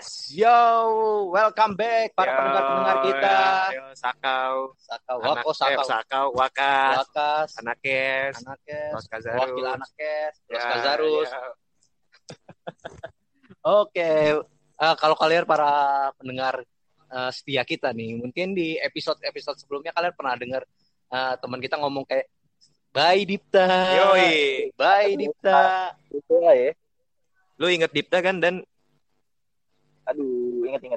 Podcast. Yo, welcome back para pendengar-pendengar kita. Yo, Sakau. Sakau, Wakas. Anakes. Wakil Anakes, Ya, Zarus. ya. Oke, kalau kalian para pendengar setia kita nih, mungkin di episode sebelumnya kalian pernah dengar teman kita ngomong kayak Bye Dipta. Yoi. Bye Dipta. Itu lah ya. Lu inget Dipta kan? Dan Aduh, ingat.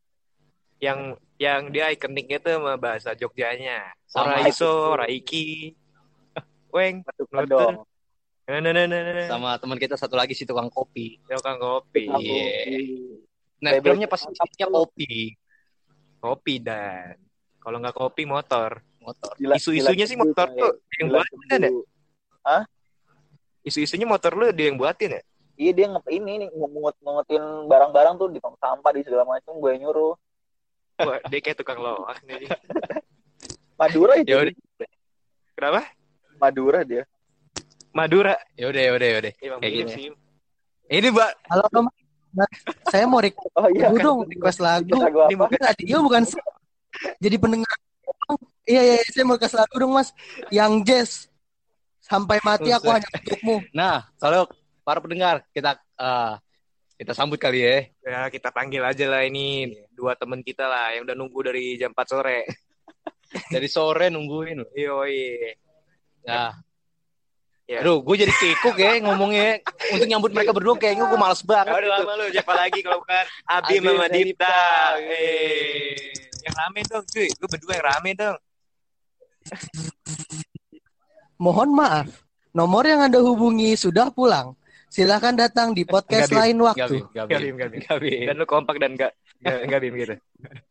yang dia ikoniknya tuh sama bahasa Jogjanya. Sama Ora iso, ora iki. Weng, Dong. Nah. Sama teman kita satu lagi si tukang kopi. Tukang kopi. Nah, filmnya pasti isinya kopi. Kopi dan kalau nggak kopi motor. Isu-isunya sih motor tuh yang buatin kan ya? Hah? Isu-isunya motor lu dia yang buatin ya? Iya, dia ngungutin barang-barang tuh di tong sampah di segala macam, gue nyuruh. Wah, dia kayak tukang loak nih. Ya Madura itu. udah. Kenapa? Madura dia. Madura. Ya udah. Emang Kayak mirip gini. sih. Ini, Mbak. Halo, saya mau request Oh iya. dong, request lagu. Lagu Ini apa? bukan Radio bukan jadi pendengar. Iya, saya mau request lagu dong, Mas. Yang Jazz. Sampai mati aku hanya untukmu. Nah, kalau para pendengar kita sambut kali ya. Ya, kita panggil aja lah ini dua teman kita lah yang udah nunggu dari jam 4 sore. Dari sore nungguin. Yoi. Nah, Ya. aduh, gue jadi kikuk ya ngomongnya. Untuk nyambut mereka berdua kayaknya gue males banget. Udah lama lu, siapa lagi kalau bukan Abim Abim sama dan Dipta. Dipta. Yang rame dong, cuy. Lu berdua yang rame dong. Mohon maaf, nomor yang Anda hubungi sudah pulang. Silakan datang di podcast Enggak, Bim. lain waktu. Gak Bim. Dan lu kompak dan enggak Bim gitu.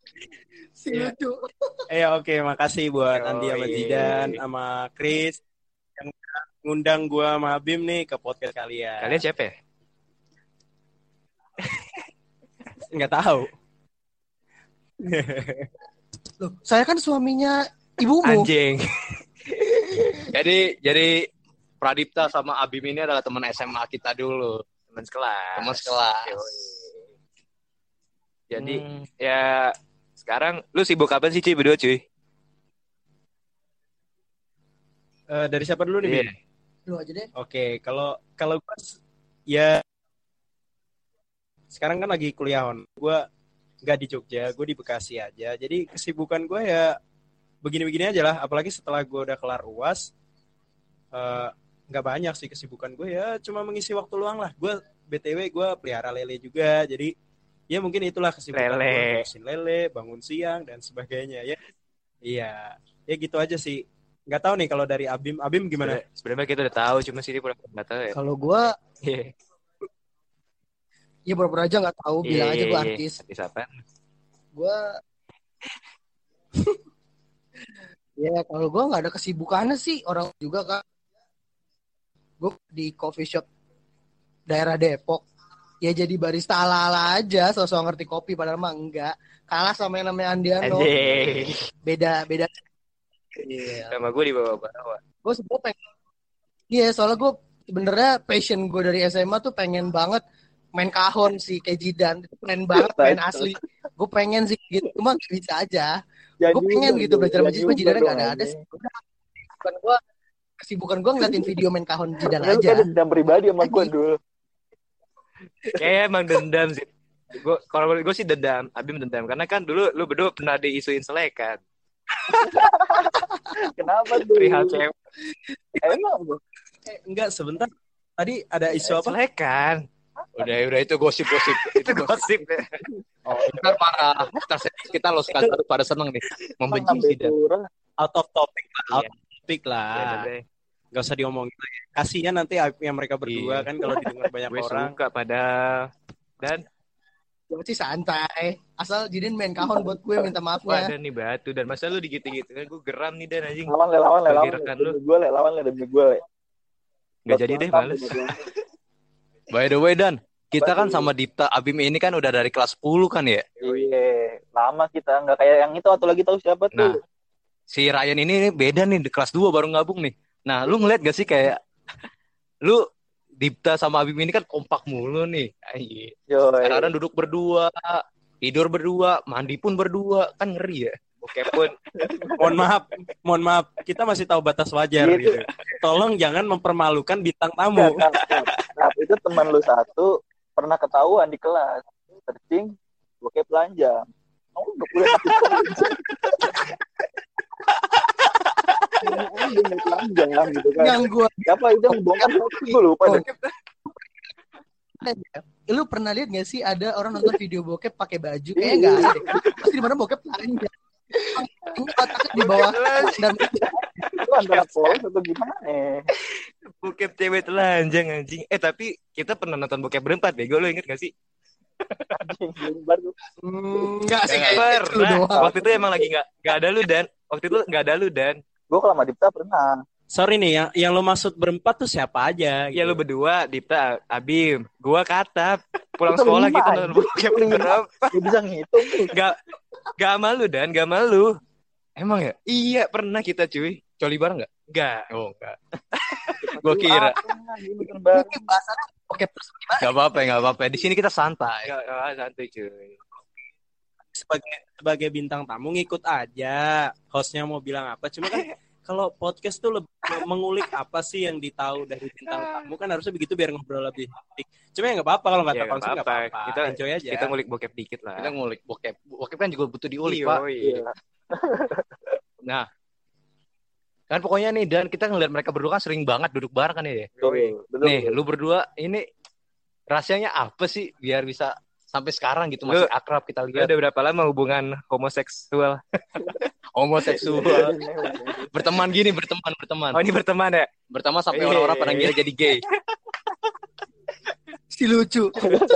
Oke, makasih buat Yoi. Andi sama Zidan sama Chris yang ngundang gua sama Abim nih ke podcast kalian. Kalian siapa ya? Nggak tahu. Loh, saya kan suaminya ibumu. Anjing. Jadi Pradipta sama Abim ini adalah teman SMA kita dulu. Teman sekelas. Teman sekelas. Yoi. Jadi ya sekarang lu sibuk apa sih cuy berdua cuy? Dari siapa dulu nih, Bim? Iya. Lu aja deh. Oke, kalau gua ya sekarang kan lagi kuliah gua nggak di Jogja, gua di Bekasi aja. Jadi kesibukan gua ya begini-begini aja lah. Apalagi setelah gua udah kelar UAS, nggak banyak sih kesibukan gue ya. Cuma mengisi waktu luang lah. Gue BTW gue pelihara lele juga. Jadi ya mungkin itulah kesibukan gue. Ngurusin lele, bangun siang dan sebagainya ya. Iya, ya gitu aja sih. Nggak tahu nih kalau dari Abim gimana? Sebenarnya kita udah tahu, cuma sih dia pura nggak tahu ya. Kalau gue, Iya. ya pura-pura aja nggak tahu. Bilang aja gue artis. Artis apa? Gue, ya kalau gue nggak ada kesibukannya sih. Orang juga kan. Gue di coffee shop daerah Depok. Ya jadi barista ala-ala aja, sosok ngerti kopi padahal mah enggak. Kalah sama yang namanya Andiano. Anjing. Beda. Iya. Sama gue di bawah-bawah. Gue sebenernya pengen. Iya, soalnya gue sebenarnya passion gue dari SMA tuh pengen banget main kahon sih kayak Jidan. Itu keren banget, main asli. Gue pengen sih gitu, cuma gak bisa aja. Gue pengen gitu belajar sama Jidan gak ada sih. Bukan gue, kesibukan gue ngeliatin video main kahon Jidan Lu aja. kan dendam pribadi sama gue dulu. Kayaknya emang dendam sih. Kalau gue sih dendam, Abim dendam karena kan dulu lu berdua pernah diisuin selekan. Kenapa tuh? Perihal cewek. Emang bu? Enggak, sebentar. Tadi ada isu apa? Selekan. Udah itu gosip. Itu gosip ya. Oh, ntar marah. Ntar kita lo sekarang pada seneng nih. Membenci sih dan. Out of topic lah. Iya. Out of topic lah. Ya, deh. Gak usah diomongin lagi. Kasihan nanti yang mereka berdua kan kalau didengar banyak Gue orang. suka pada dan Gue sih santai. Asal Jidan main kahon buat gue minta wah maafnya. ada nih batu dan masa lu digitu-gitu kan gue geram nih dan anjing. Lawan. Bagi rekan lu. Demi gue. Gak jadi deh males. By the way Dan, kita kan sama Dipta Abim ini kan udah dari kelas 10 kan ya? Iya, lama kita nggak kayak yang itu atau lagi tahu siapa tuh? Nah, si Ryan ini beda nih di kelas 2 baru gabung nih. Nah, lu ngeliat gak sih kayak lu Dipta sama Abim ini kan kompak mulu nih. Ay, Yoi. kadang duduk berdua, tidur berdua, mandi pun berdua, kan ngeri ya. Bokep pun. Mohon maaf, kita masih tahu batas wajar Gitu. gitu. Tolong jangan mempermalukan bintang Enggak, tamu. Kap. Itu teman lu satu pernah ketahuan di kelas searching bokep telanjang. Kamu udah kuliah di telanjang gitu kan. Yang gue Siapa itu yang bongkar? Gue lupa deh. lu pernah lihat gak sih ada orang nonton video bokep pakai baju? Kayaknya nggak ada deh. Pasti di mana bokep telanjang. Ini kotaknya di bawah dan Itu antara polos atau gimana? Bokep cewek telanjang anjing. Tapi kita pernah nonton bokep berempat bego, lu inget gak sih? Anjing, baru. enggak sih kayak itu Pernah. doang. Waktu itu emang lagi nggak ada lu Dan. Waktu itu nggak ada lu Dan. Gue kalau sama Dipta pernah. Sorry nih, yang lo maksud berempat tuh siapa aja? Ya gitu. lu berdua, Dipta, Abim, gua Katap. Pulang Itu sekolah lima, kita nonton anjing. bokep Lima. berapa? Gue bisa ngitung tuh. Gak malu Dan, gak malu. Emang ya? Iya pernah kita cuy. Coli bareng nggak? Enggak. Oh enggak. Gua kira. Bikin bareng. Ini bahasannya bokep terus gimana? Nggak apa-apa. Di sini kita santai. Enggak, santai cuy. Sebagai bintang tamu ngikut aja. Hostnya mau bilang apa? Cuma kan kalau podcast tuh lebih mengulik apa sih yang ditahu dari bintang tamu kan harusnya begitu biar ngobrol lebih baik. Cuma ya nggak apa-apa kalau nggak Ya, tahu konsep nggak apa-apa. Kita Enjoy aja. Kita ngulik bokep dikit lah. Kita ngulik bokep. Bokep kan juga butuh diulik, Iya, Pak. Iya. Nah, kan pokoknya nih, dan kita ngeliat mereka berdua kan sering banget duduk bareng kan ya. Betul. Betul. Nih, lu berdua ini rahasianya apa sih biar bisa sampai sekarang gitu masih akrab kita Lu lihat udah berapa lama hubungan homoseksual? homoseksual berteman gini berteman Oh ini berteman ya? berteman sampai Iya. orang-orang pada ngira jadi gay. Si lucu.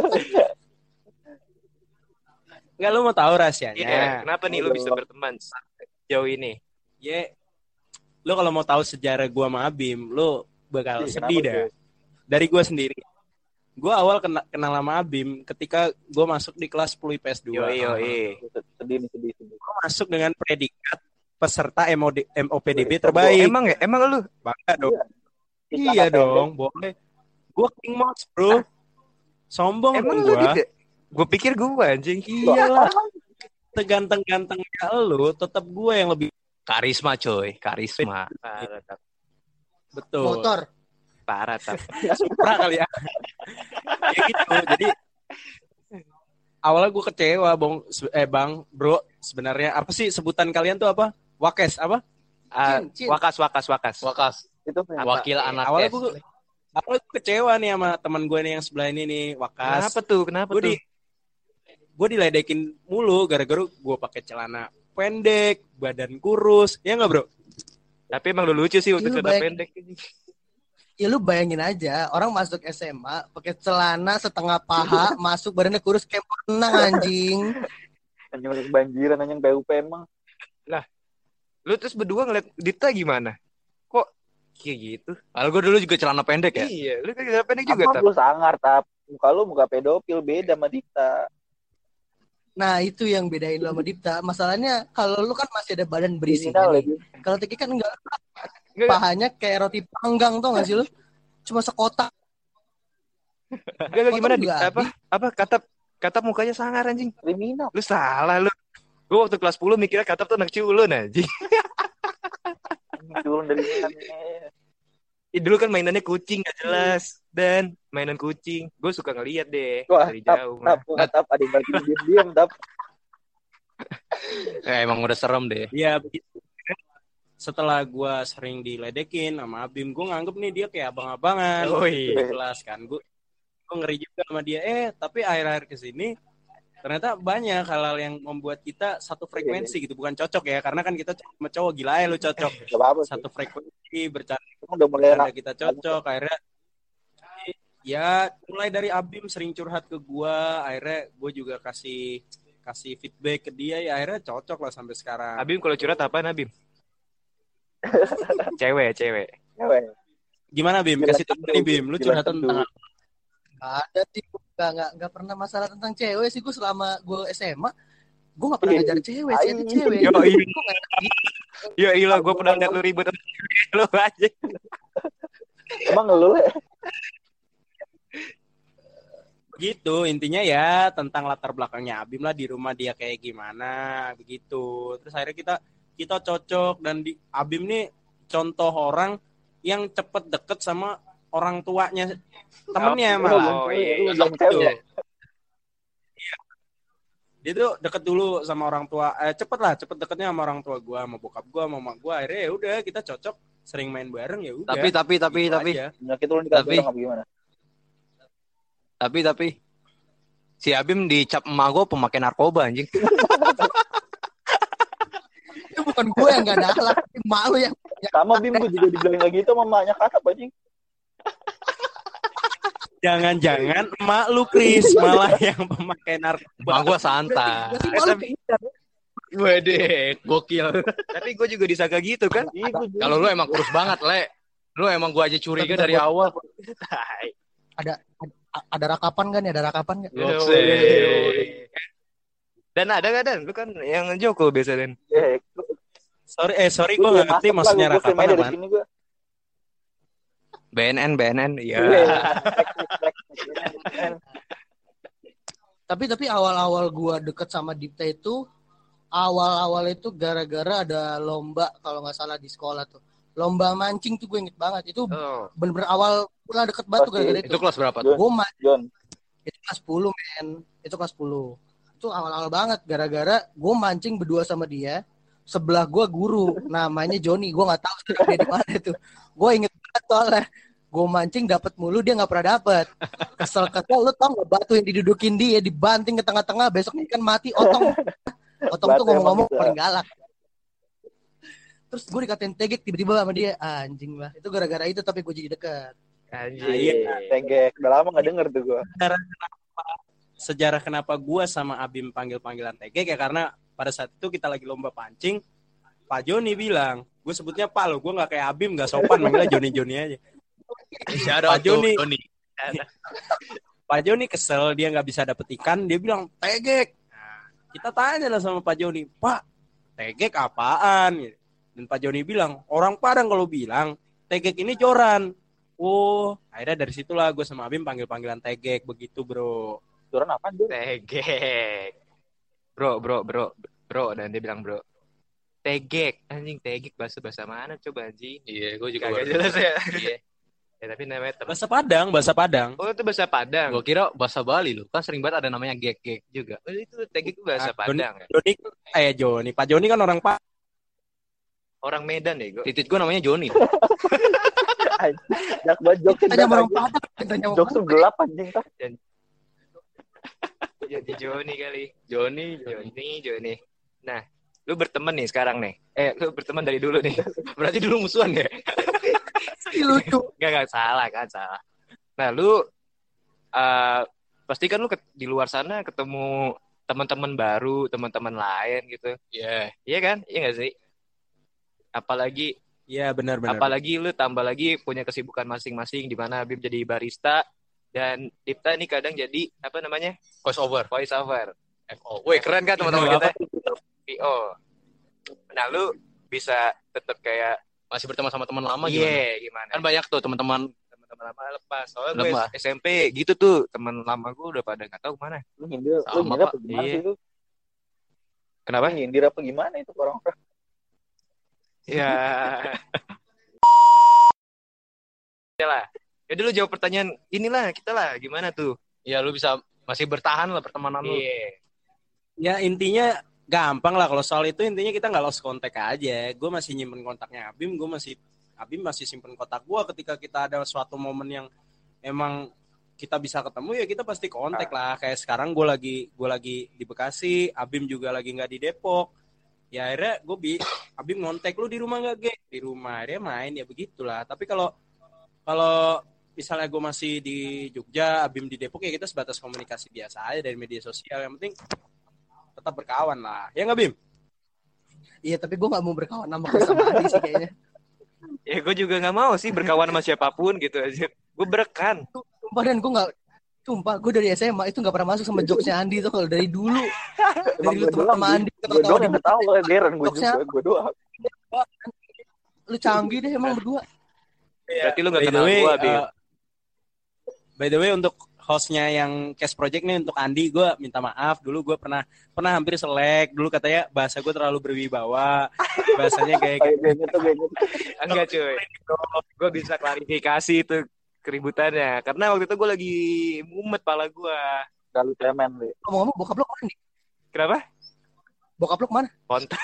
Nggak, lu mau tahu rahasianya? Iya. Kenapa nih lu bisa berteman jauh ini? Ya, lu kalau mau tahu sejarah gua sama Abim, lu bakal Iya, sedih kenapa dah. tuh? Dari gua sendiri. Gua awal kenal sama Abim ketika gua masuk di kelas 10 IPS 2. Yoi. Sedih nih, sedih. Gua masuk dengan predikat peserta MOPDB terbaik. Emang ya? Emang lu? Bangga dong. Iya. Iya dong, boleh. Gua King Mouse, bro. Sombong Emang dong lu gua. gitu? Gue pikir gue anjing. Iyalah. Seganteng-gantengnya lu, tetap gua yang lebih Karisma coy, karisma. betul. Motor. Parah tap. Supra kali ya. Ya gitu. Jadi awalnya gue kecewa, Bang, Bro. Sebenarnya apa sih sebutan kalian tuh apa? Wakes apa? Cin. Wakas. Wakas, Itu wakil anak Awalnya kes. gue kecewa nih sama teman gue nih yang sebelah ini nih, Wakas. Kenapa Gue tuh? gue diledekin mulu gara-gara gue pakai celana pendek, badan kurus. Ya nggak, Bro? Tapi emang lu lucu sih waktu Lu celana baik. pendek. Ya lu bayangin aja, orang masuk SMA pakai celana setengah paha, masuk badannya kurus kayak renang anjing. Anjing kebanjiran, anjing PUP emang. Lu terus berdua ngeliat Dita gimana? Kok kayak gitu? Kalau gue dulu juga celana pendek ya. Iya, lu kan celana pendek juga Apa tap. lu sangar, Tap? Muka lu muka pedofil, beda sama Dita. Nah itu yang bedain lu sama Dipta. Masalahnya kalau lu kan masih ada badan berisi. Kriminal lagi. Kalau Tiki kan enggak, Enggak. pahanya kayak roti panggang tau gak sih lu? Cuma sekotak. Enggak gimana Foto juga Dita? Apa kata mukanya sangar anjing. Kriminal. Lu salah lu. Gue waktu kelas 10 mikirnya Katap tuh anak culun anjing. Turun dari mana? Dulu kan mainannya kucing gak jelas. Dan mainan kucing. Gue suka ngeliat deh Wah, dari jauh. Tap, ada yang bagi diam-diam, Tap. Emang udah serem deh. Iya begitu. Setelah gue sering diledekin sama Abim, gue nganggep nih dia kayak abang-abangan Oh di iya. kelas kan. Gue ngeri juga sama dia. Tapi akhir-akhir kesini ternyata banyak hal-hal yang membuat kita satu frekuensi gitu, bukan cocok ya, karena kan kita sama cowok, gila ya lu cocok. Gak apa-apa sih. Satu frekuensi, bercanda Emang udah mulai kita cocok. Akhirnya ya mulai dari Abim sering curhat ke gue, akhirnya gue juga kasih feedback ke dia, ya akhirnya cocok lah sampai sekarang. Abim kalau curhat apaan Abim? Cewek. cewek. Gimana Bim? Kasih tahu nih Bim, lu curhat tentang apa? Gak ada sih, gak pernah masalah tentang cewek sih. Gue selama gue SMA, gue gak pernah ngajar cewek sih, ada cewek. Yo, Gua iya. nggak ngerti. Ya ilah, gue pernah liat lu ribut sama cewek lu aja. Emang lu, Le? gitu intinya ya tentang latar belakangnya Abim lah di rumah dia kayak gimana begitu. Terus akhirnya kita cocok dan di Abim nih contoh orang yang cepet deket sama orang tuanya temennya malah. Oh iya. Lu belum cewek. Dia tuh deket dulu sama orang tua, cepet deketnya sama orang tua gue, sama bokap gue, sama mak gue. Akhirnya ya udah kita cocok, sering main bareng ya udah. Tapi Gitu aja. Penyakit lu nikah Tapi- bareng apa gimana? Tapi si Abim dicap emak gue pemakai narkoba anjing. Itu bukan gue yang gak ada akhlak, emak lu yang Sama Bim gue juga dibilang lagi itu sama emaknya kakak anjing. Jangan-jangan emak lu Chris malah yang pemakai narkoba. Emak gue santai. berarti emak lu Tapi- pintar. Wede, gokil. Tapi gue juga disangka gitu kan. Iya, gua juga. Kalau lu emang kurus banget, Le. Lu emang gue aja curiga dari awal. Ada rakapan kan ya? Ada rakapan kan? Yoi. Dan ada gak Dan? Lu kan yang Joko biasa Dan. Sorry gue nggak ngerti maksudnya gue rakapan dari apaan. sini gue. BNN, iya. Tapi awal-awal gua deket sama Dipta itu awal-awal itu gara-gara ada lomba kalau nggak salah di sekolah tuh. Lomba mancing tuh gue inget banget. Itu Oh. bener-bener awal pula deket banget tuh gara-gara itu. Itu kelas berapa tuh? Gue John. itu kelas 10 men. Itu kelas 10. Itu awal-awal banget gara-gara gue mancing berdua sama dia. Sebelah gue guru namanya Joni. Gue nggak tahu sekarang dia di mana tuh. Gue inget banget soalnya gue mancing dapat mulu dia nggak pernah dapet. Kesel lu tau nggak batu yang didudukin dia dibanting ke tengah-tengah besok ikan mati Otong tuh Batu ngomong-ngomong emang bisa. paling galak. Terus gue dikatain tegek tiba-tiba sama dia anjing lah. Itu gara-gara itu tapi gue jadi dekat. Anjir. Iya. Tegek. Udah lama gak denger tuh gue. Sejarah kenapa gue sama Abim panggil-panggilan tegek ya karena pada saat itu kita lagi lomba pancing. Pak Joni bilang, gue sebutnya Pak lo, gue nggak kayak Abim, nggak sopan manggilnya Joni aja. Pak Joni. Pak Joni kesel dia nggak bisa dapet ikan, dia bilang tegek. Nah, kita tanya lah sama Pak Joni, Pak tegek apaan? Dan Pak Joni bilang orang Padang kalau bilang tegek ini joran. Oh, akhirnya dari situlah gue sama Abim panggil-panggilan tegek begitu bro. Turun apaan John? Tegek. Bro. Dan dia bilang bro. Tegek. Anjing tegek bahasa mana coba anjing. Iya, gue juga Kagak baru jelas ya. Iya. Ya tapi namanya teman. Bahasa Padang. Oh itu bahasa Padang. Gue kira bahasa Bali lu. Kan sering banget ada namanya gek-gek juga. Oh, itu tegek itu bahasa Padang ya. Pak Joni kan orang Pak. Orang Medan ya gue. Titit gue namanya Joni. Jak banget jokes Tanya sama orang Padang, tanya sama jokes tuh gelap anjing tah. Jadi Joni kali. Joni. Nah, lu berteman nih sekarang nih. Lu berteman dari dulu nih. Berarti dulu musuhan ya? lucu. Gak salah kan salah. Nah, lu pasti kan lu di luar sana ketemu teman-teman baru, teman-teman lain gitu. Iya. Iya kan? Iya gak sih? Apalagi Iya benar. apalagi lu tambah lagi punya kesibukan masing-masing di mana Habib jadi barista dan Dipta nih kadang jadi apa namanya? Voice over. Voice over. FO. Wih, keren kan teman-teman kita? VO. Nah, lu bisa tetap kayak Masih berteman sama teman lama gimana? iya gimana? Kan banyak tuh teman-teman. Teman-teman lama lepas. Soalnya gue Lepas. SMP gitu tuh, teman lama gue udah pada nggak tahu kemana. Lu nyindir Sama, apa Pak. gimana Iya. sih lu? Kenapa? Lu nyindir apa gimana itu orang-orang? Ya. Ya lah. Jadi lu jawab pertanyaan inilah kita lah gimana tuh? Ya lu bisa masih bertahan lah pertemanan lu. Iya. Ya intinya gampang lah kalau soal itu intinya kita nggak lost kontak aja. Gue masih nyimpen kontaknya Abim masih simpen kontak gue ketika kita ada suatu momen yang emang kita bisa ketemu ya kita pasti kontak lah. Kayak sekarang gue lagi di Bekasi, Abim juga lagi nggak di Depok. Ya akhirnya Abim ngontek lu di rumah nggak Ge? Di rumah akhirnya main ya begitulah. Tapi kalau misalnya gue masih di Jogja, Abim di Depok ya kita sebatas komunikasi biasa aja dari media sosial. Yang penting tetap berkawan lah. Ya nggak Bim? Iya tapi gue nggak mau berkawan sama Chris sama Adi sih kayaknya. Ya gue juga nggak mau sih berkawan sama siapapun gitu aja. Gue berekan. Sumpah dan gue dari SMA itu nggak pernah masuk sama jokesnya Andi tuh kalau dari dulu. Dari dulu teman sama Andi Gue doang yang ketawa Deren gue Jokesnya juga gue doang. lu canggih deh emang berdua. Berarti lu nggak By the kenal way, gue, Bim. by the way untuk hostnya yang Cash Project nih untuk Andi, gue minta maaf dulu gue pernah hampir selek dulu, katanya bahasa gue terlalu berwibawa, bahasanya kayak Kayak gitu. Enggak cuy, gue bisa klarifikasi itu keributannya karena waktu itu gue lagi mumet pala gue. Kalau cemen deh. Ngomong-ngomong bokap lo kemana nih? Kenapa? Bokap lo kemana? Kontak.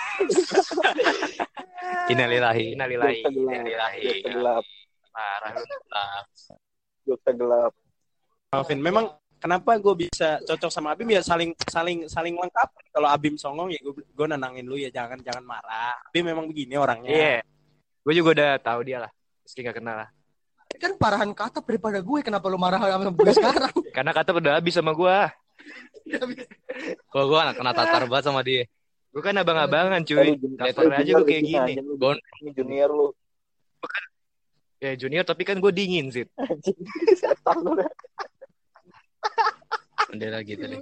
Innalillahi. Jokes gelap. Parah lu. Jokes gelap. Alvin. Memang kenapa gue bisa cocok sama Abim ya saling lengkap. Kalau Abim songong ya gue nenangin lu ya, jangan marah. Abim memang begini orangnya. Iya. Gue juga udah tahu dia lah. Meski gak kenal lah. Kan parahan Katap daripada gue, kenapa lo marah sama gue sekarang? Karena kata udah habis sama gue. Kalau gue kena tatar banget sama dia. Gue kan abang-abangan cuy. Tatar aja gue kayak gini. Ini junior lu. Ya junior tapi kan gue dingin sih. Setan lu deh. Bendera gitu deh.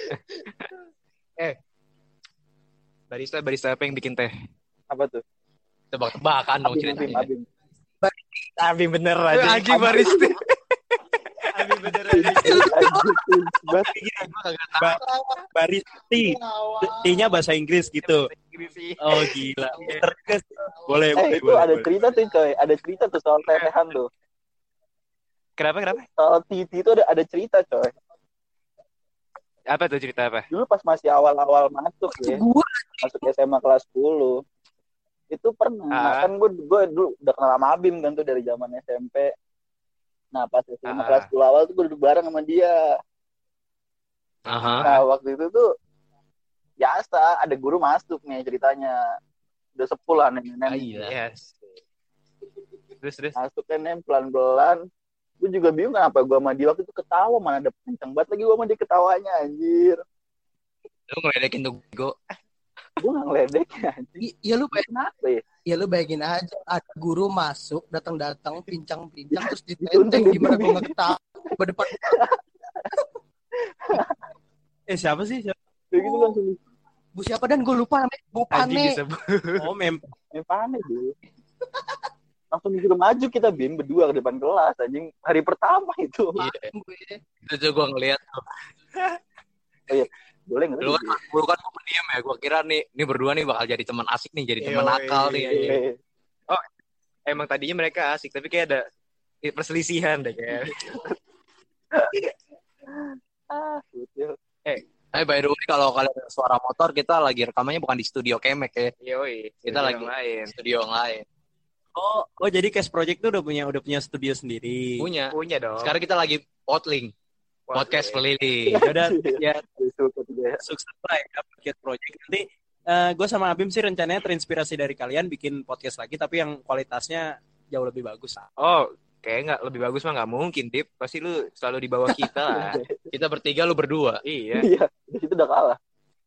Barista apa yang bikin teh? Apa tuh? Tebak-tebakan dong ceritanya. Abim. Abim bener aja. Anjing barista. Abim bener aja. Baristi. T-nya bahasa Inggris gitu. Oh gila. Terus boleh. Itu ada cerita tuh coy. Ada cerita tuh soal tetehan tuh. Kenapa? Soal Titi itu ada cerita coy. Apa tuh cerita apa? Dulu pas masih awal-awal masuk ya. Masuk SMA kelas 10. Itu pernah. Kan gue dulu udah kenal sama Abim kan tuh dari zaman SMP. Nah pas SMA kelas 10 awal tuh gue duduk bareng sama dia. Nah waktu itu tuh biasa ada guru masuk nih ceritanya. Udah sepuh lah nenek-nenek. Yes. Terus. Masuk kan pelan-pelan. Gue juga bingung kenapa gue sama dia waktu itu ketawa. Mana ada kenceng banget lagi gue sama dia ketawanya anjir. Lu ngeledekin tuh gue. Gue gak ngeledekin anjir. Iya lu kenapa ya? Ya lu bayangin aja ada guru masuk datang pincang-pincang terus ditenteng, gimana gue nggak ketawa berdepan. Siapa sih? Kayak gitu langsung. Bu siapa dan gue lupa namanya. Bu Pane. Oh Pane dulu. Langsung disuruh maju kita Bim berdua ke depan kelas anjing hari pertama itu. Iya. Itu tuh gue ngeliat. Oh iya, boleh nggak? Lu kan gue pendiam ya. Gue kira nih ini berdua nih bakal jadi teman asik nih, jadi teman nakal nih. Oh, emang tadinya mereka asik tapi kayak ada perselisihan deh kayak. Betul. By the way, kalau kalian ada suara motor, kita lagi rekamannya bukan di studio Kemek ya. Yoi, kita lagi di studio yang lain. Oh jadi Cash Project tuh udah punya studio sendiri. Punya dong. Sekarang kita lagi podcast keliling. Udah ya sukses lah ya Cash Project. Nanti gue sama Abim sih rencananya terinspirasi dari kalian bikin podcast lagi tapi yang kualitasnya jauh lebih bagus. Oh, kayak nggak lebih bagus mah nggak mungkin, Dip. Pasti lu selalu di bawah kita lah. Kita bertiga, lu berdua. Iya. Di situ udah kalah.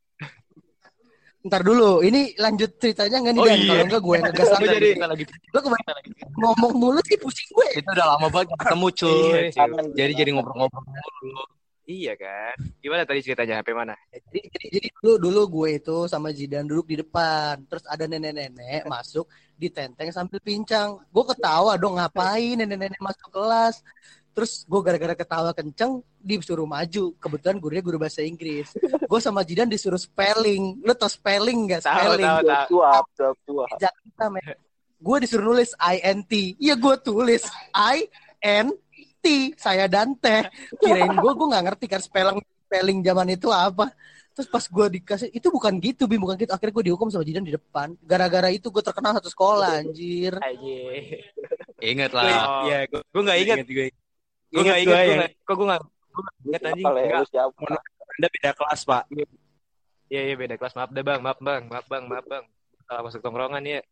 Ntar dulu, ini lanjut ceritanya nggak nih? Kalau enggak gue ngegas lagi. Gue kemarin ngomong mulu sih pusing gue. Itu udah lama banget ketemu cuy. Jadi ngobrol-ngobrol mulu. Iya kan. Gimana tadi ceritanya? Sampai mana? Jadi dulu gue itu sama Jidan duduk di depan, terus ada nenek-nenek masuk ditenteng sambil pincang. Gue ketawa dong, ngapain nenek-nenek masuk kelas? Terus gue gara-gara ketawa kenceng disuruh maju. Kebetulan gurunya guru bahasa Inggris. Gue sama Jidan disuruh spelling. Lu tau spelling gak? Spelling. Suap. Jakarta, men. Gue disuruh nulis INT. Iya gue tulis INT. Saya dan teh. Kirain gue gak ngerti kan spelling zaman itu apa. Terus pas gue dikasih, itu bukan gitu, Bim, bukan gitu. Akhirnya gue dihukum sama Jidan di depan. Gara-gara itu gue terkenal satu sekolah, anjir. Ingat lah. Iya, gue gak ingat. Gue gak ingat. Kok gue gak ingat anjing? Anda beda kelas, Pak. Iya, beda kelas. Maaf deh, Bang. Maaf, Bang. Salah masuk tongkrongan ya.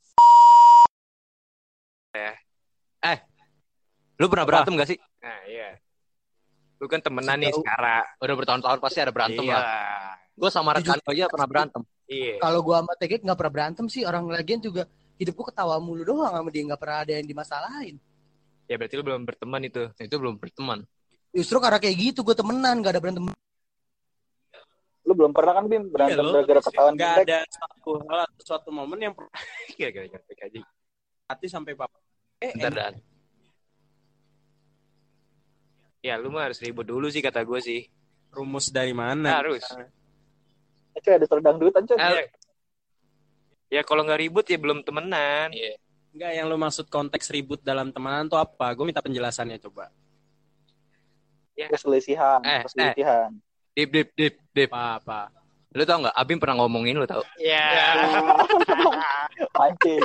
Lu pernah berantem gak sih? Nah, iya. Lu kan temenan nih sekarang. Udah bertahun-tahun pasti ada berantem lah. Gue sama rekan aja pernah berantem. Iya. Kalau gue sama Tegek gak pernah berantem sih. Orang lagian juga hidup gue ketawa mulu doang sama dia. Gak pernah ada yang dimasalahin. Ya berarti lu belum berteman itu. Itu belum berteman. Justru karena kayak gitu gue temenan. Gak ada berantem. Lu belum pernah kan Bim berantem gara-gara ketahuan? Gak ada suatu momen yang Kira-kira aja. hati sampai bapak. Bentar, Dan. Ya lu mah harus ribut dulu sih kata gue sih. Rumus dari mana? Harus. Cuy ada serdang duitan cuy. Ya kalau nggak ribut ya belum temenan. Iya. Enggak, yang lu maksud konteks ribut dalam temenan tuh apa? Gue minta penjelasannya coba. Perselisihan. Dip. Apa? Lu tau nggak? Abim pernah ngomongin, lu tau? Ya. Mancing.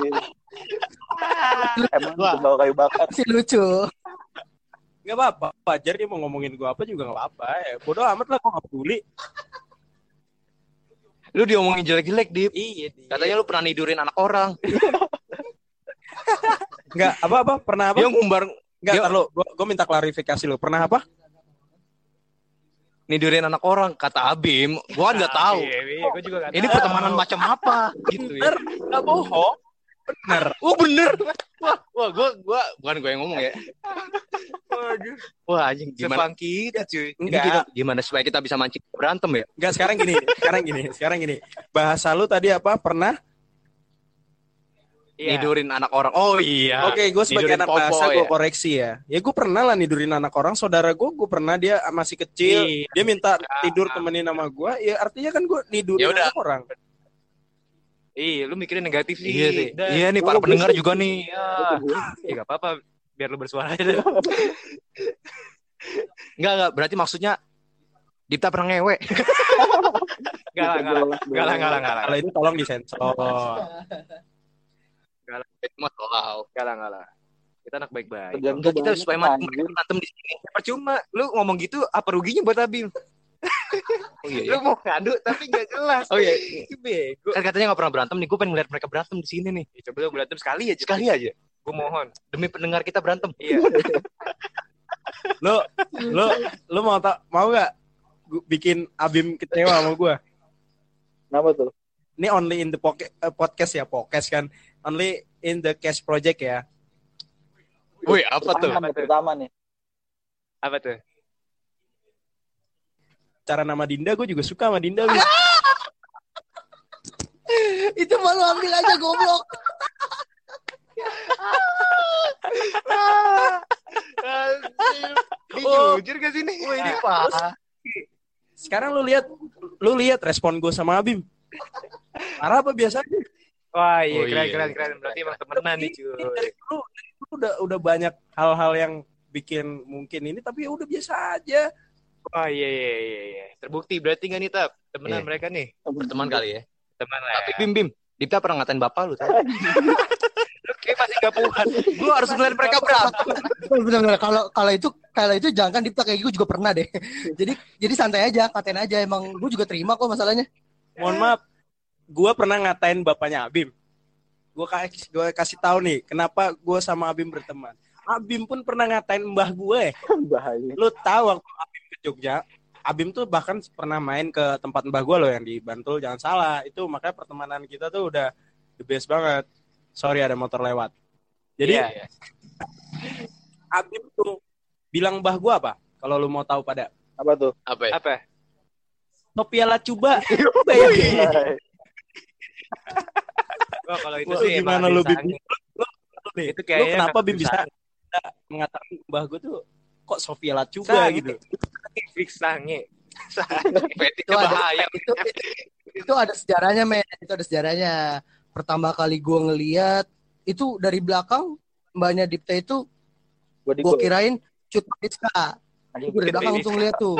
Emang bawa kayu bakar. Si lucu. Gak apa-apa, wajar dia mau ngomongin gue apa juga gak apa-apa. Ya, bodoh amat lah, gue gak peduli. Lu diomongin jelek-jelek, Dip. Iya. Katanya lu pernah nidurin anak orang. Enggak, apa-apa, pernah apa? Dia ngumbar. Enggak, ntar lu, gue minta klarifikasi lu. Pernah apa? Nidurin anak orang, kata Abim. Gua kan nggak tahu. Iya, gue juga gak Ini tahu. pertemanan macam apa gitu ya. Bener, gak bohong. Bener. Oh bener. Wah, gua bukan gue yang ngomong ya. Wah, anjing gimana? Sepangki itu cuy. Ini Enggak. gimana supaya kita bisa mancing berantem ya? Enggak, sekarang gini. Bahasa lu tadi apa? Pernah? Iya. Nidurin anak orang. Oh iya. Oke, gue sebagai Nidurin anak popo, bahasa gue ya. koreksi ya. Ya gue pernah lah nidurin anak orang. Saudara gue pernah, dia masih kecil. Iya. Dia minta tidur temenin sama gue. Ya artinya kan gue nidurin Ya udah. anak orang. Iya, lu mikirin negatif sih. Iya sih. Dan- Iya nih para pendengar juga nih. Ya gak apa-apa, biar lu bersuara aja. Enggak, berarti maksudnya Dipta pernah ngewe. Gak lah. Kalau itu tolong disensor. Wow. Gak lah. Kita anak baik-baik. Enggak, kita supaya mancing berantem di sini. Percuma, lu ngomong gitu apa ruginya buat Abim? Oh iya. Lu mau ngadu tapi gak jelas. Oh iya. Bego. Kan katanya nggak pernah berantem nih. Gue pengen ngeliat mereka berantem di sini nih. Ya, coba lu berantem sekali aja. Sekali aja. Gue mohon. Demi pendengar kita berantem. Iya. Lu mau gak bikin Abim kecewa sama gue? Kenapa tuh? Ini only in the podcast ya, podcast kan. Only in the cash project ya. Wih, apa tuh? Pertama nih. Apa tuh? Cara nama Dinda, gue juga suka sama Dinda. Bim. Itu malu ambil aja goblok. Ini jujur gak sih nih? Wih, ini parah. Sekarang lu lihat respon gue sama Abim. Parah apa biasa aja? Wah iya, Oh, iya. keren. Berarti emang temenan nih cuy. Dari dulu udah banyak hal-hal yang bikin mungkin ini, tapi ya udah biasa aja. Wah iya. Terbukti berarti gak nih Tap? Temenan Iya. mereka nih. Berteman kali ya. Teman lah. Tapi Bim, Dipta pernah ngatain bapak lu tau? Lu kayak masih gak puas. Gue harus ngeliat mereka berantem. Benar-benar kalau itu jangan Dipta kayak gue juga pernah deh. Jadi santai aja, katain aja, emang gue juga terima kok masalahnya. Mohon maaf, gue pernah ngatain bapaknya Abim. Gue kasih tahu nih, kenapa gue sama Abim berteman. Abim pun pernah ngatain mbah gue. Bahaya. Lu tahu waktu Abim ke Jogja, Abim tuh bahkan pernah main ke tempat mbah gue loh yang di Bantul, jangan salah. Itu makanya pertemanan kita tuh udah the best banget. Sorry ada motor lewat. Jadi Iya. Abim tuh bilang mbah gue apa? Kalau lu mau tahu pada Apa tuh? Apa ya? Apa? Topia Lacuba. Wah kalau itu Wah, sih gimana emang lu, Bim? sange. Nih, Itu lu kayaknya kenapa Bim bisa susah. mengatakan mbah gue tuh kok Sofia Lacuba Sange. gitu? Fix sange. Fetishnya bahaya. Itu ada sejarahnya, men. Itu ada sejarahnya. Pertama kali gue ngeliat itu dari belakang mbaknya Dipta itu Gua gue kirain Cut Rizka. Anjing, Gue dari belakang langsung lihat tuh.